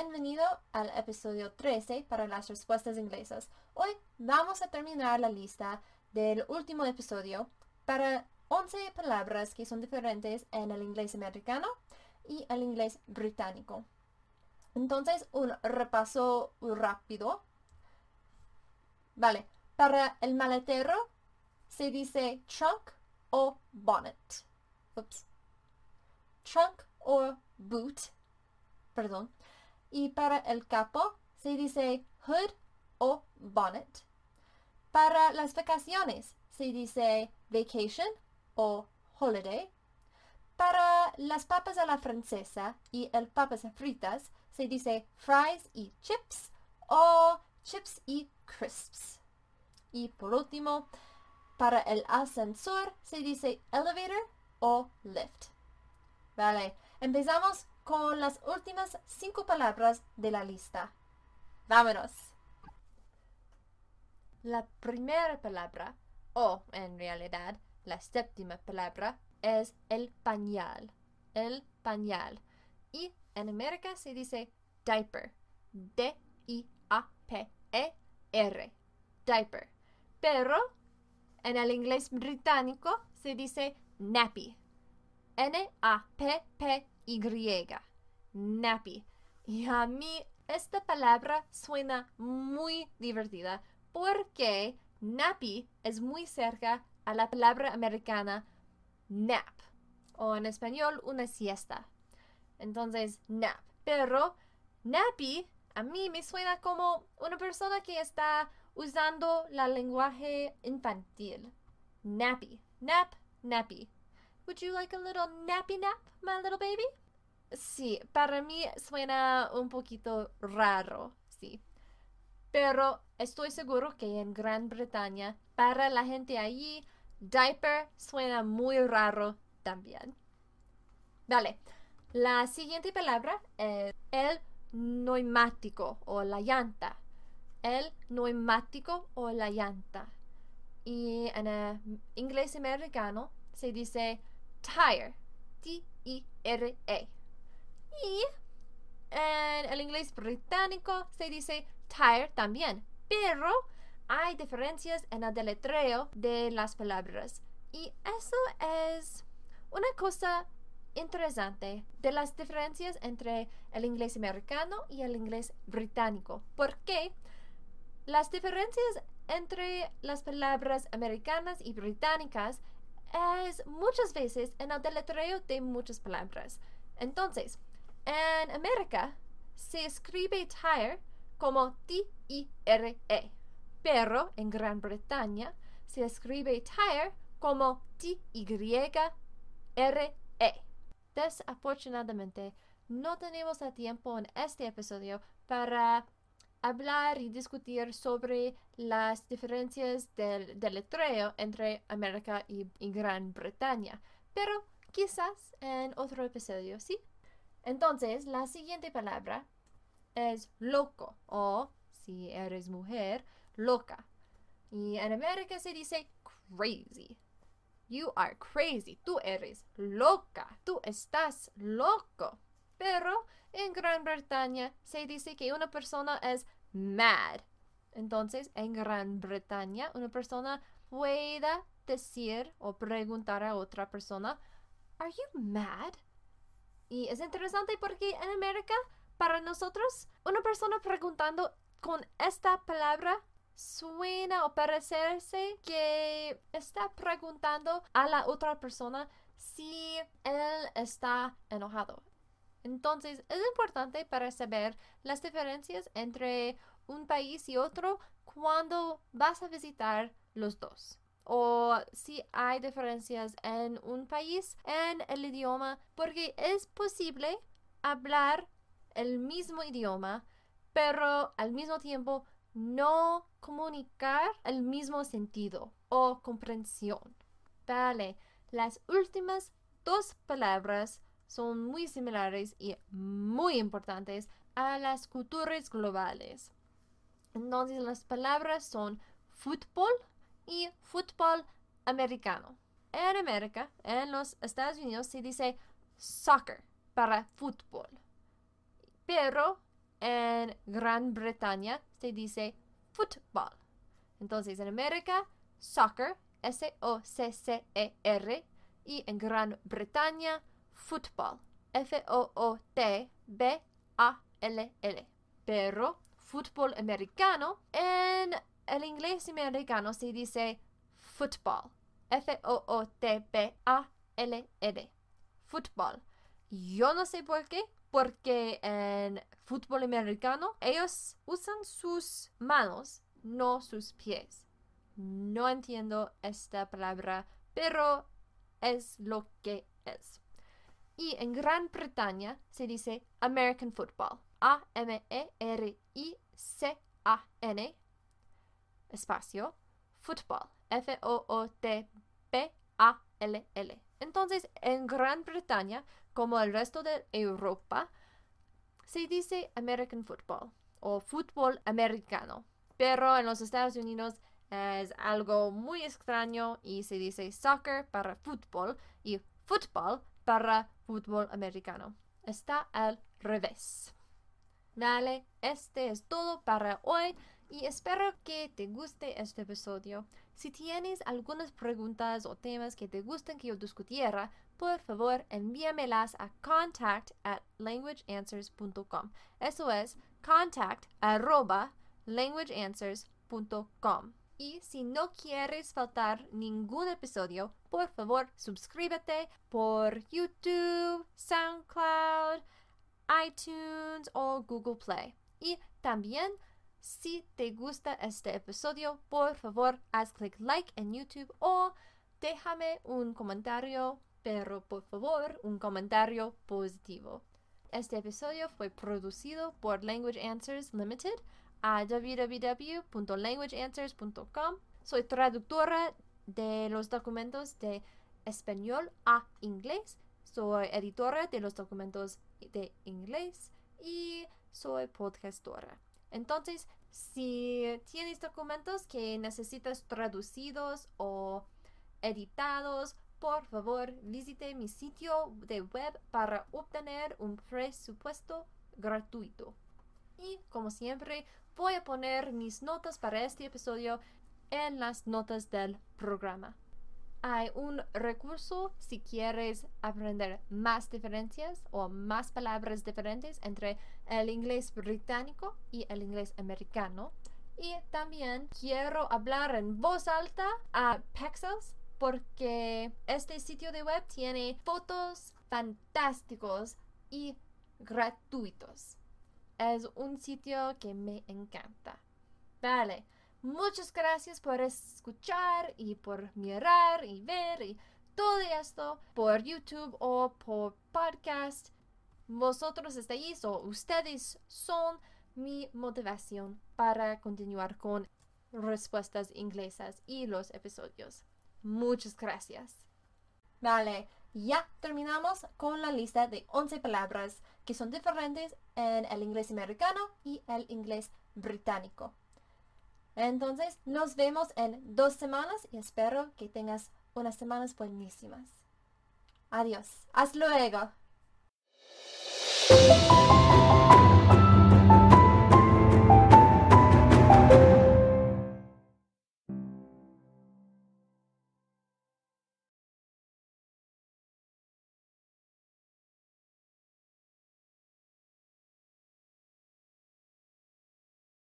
bienvenido al episodio 13 para las respuestas inglesas. Hoy vamos a terminar la lista del último episodio para 11 palabras que son diferentes en el inglés americano y el inglés británico. Entonces, un repaso rápido. Vale, para el maletero se dice trunk o bonnet. Ups. Trunk o boot. Perdón. Y para el capo se dice hood o bonnet. Para las vacaciones se dice vacation o holiday. Para las papas a la francesa y el papas fritas se dice fries y chips o chips y crisps. Y por último, para el ascensor se dice elevator o lift. Vale, empezamos con las últimas 5 palabras de la lista. ¡Vámonos! La primera palabra, o en realidad la séptima palabra, es el pañal. El pañal. Y en América se dice diaper. D-I-A-P-E-R. Diaper. Pero en el inglés británico se dice nappy. N-A-P-P-Y. Nappy. Y a mí esta palabra suena muy divertida porque nappy es muy cerca a la palabra americana nap, o en español una siesta. Entonces, nap. Pero nappy a mí me suena como una persona que está usando la lenguaje infantil. Nappy. Nap, nappy. Would you like a little nappy nap, my little baby? Sí, para mí suena un poquito raro, sí. Pero estoy seguro que en Gran Bretaña, para la gente allí, diaper suena muy raro también. Vale, la siguiente palabra es el neumático o la llanta. El neumático o la llanta. Y en el inglés americano se dice tire. T-I-R-E. Y en el inglés británico se dice tire también. Pero hay diferencias en el deletreo de las palabras. Y eso es una cosa interesante de las diferencias entre el inglés americano y el inglés británico. Porque las diferencias entre las palabras americanas y británicas es muchas veces en el deletreo de muchas palabras. Entonces, en América se escribe tire como T-I-R-E, pero en Gran Bretaña se escribe tire como T-Y-R-E. Desafortunadamente, no tenemos el tiempo en este episodio para hablar y discutir sobre las diferencias del deletreo entre América y Gran Bretaña, pero quizás en otro episodio, ¿sí? Entonces, la siguiente palabra es loco o, si eres mujer, loca. Y en América se dice crazy. You are crazy. Tú eres loca. Tú estás loco. Pero en Gran Bretaña se dice que una persona es mad. Entonces, en Gran Bretaña, una persona puede decir o preguntar a otra persona, ¿Are you mad? Y es interesante porque en América, para nosotros, una persona preguntando con esta palabra suena o parecerse que está preguntando a la otra persona si él está enojado. Entonces, es importante para saber las diferencias entre un país y otro cuando vas a visitar los dos. O si hay diferencias en un país, en el idioma, porque es posible hablar el mismo idioma, pero al mismo tiempo no comunicar el mismo sentido o comprensión. Vale, las últimas 2 palabras son muy similares y muy importantes a las culturas globales. Entonces las palabras son fútbol y fútbol americano. En América, en los Estados Unidos, se dice soccer para fútbol. Pero en Gran Bretaña se dice football. Entonces, en América, soccer, S-O-C-C-E-R, y en Gran Bretaña, football, F-O-O-T-B-A-L-L. Pero fútbol americano, en el inglés americano se dice football, F-O-O-T-B-A-L-L. Football. Yo no sé por qué, porque en fútbol americano ellos usan sus manos, no sus pies. No entiendo esta palabra, pero es lo que es. Y en Gran Bretaña se dice American Football, A-M-E-R-I-C-A-N, espacio, football, F-O-O-T-B-A-L-L. Entonces, en Gran Bretaña, como el resto de Europa, se dice American Football o fútbol americano. Pero en los Estados Unidos es algo muy extraño y se dice soccer para fútbol y football para fútbol americano. Está al revés. Vale, este es todo para hoy y espero que te guste este episodio. Si tienes algunas preguntas o temas que te gusten que yo discutiera, por favor envíamelas a contact@languageanswers.com. Eso es contact@languageanswers.com. Y si no quieres faltar ningún episodio, por favor suscríbete por YouTube, SoundCloud, iTunes o Google Play. Y también, si te gusta este episodio, por favor haz clic like en YouTube o déjame un comentario, pero por favor un comentario positivo. Este episodio fue producido por Language Answers Limited a www.languageanswers.com. Soy traductora de los documentos de español a inglés. Soy editora de los documentos de inglés y soy podcastora. Entonces, si tienes documentos que necesitas traducidos o editados, por favor, visite mi sitio de web para obtener un presupuesto gratuito. Y, como siempre, voy a poner mis notas para este episodio en las notas del programa. Hay un recurso si quieres aprender más diferencias o más palabras diferentes entre el inglés británico y el inglés americano. Y también quiero hablar en voz alta a Pexels porque este sitio de web tiene fotos fantásticos y gratuitos. Es un sitio que me encanta. Vale. Muchas gracias por escuchar y por mirar y ver y todo esto por YouTube o por podcast. Vosotros estáis ahí, ustedes son mi motivación para continuar con respuestas inglesas y los episodios. Muchas gracias. Vale, ya terminamos con la lista de 11 palabras que son diferentes en el inglés americano y el inglés británico. Entonces, nos vemos en 2 semanas y espero que tengas unas semanas buenísimas. Adiós. Hasta luego.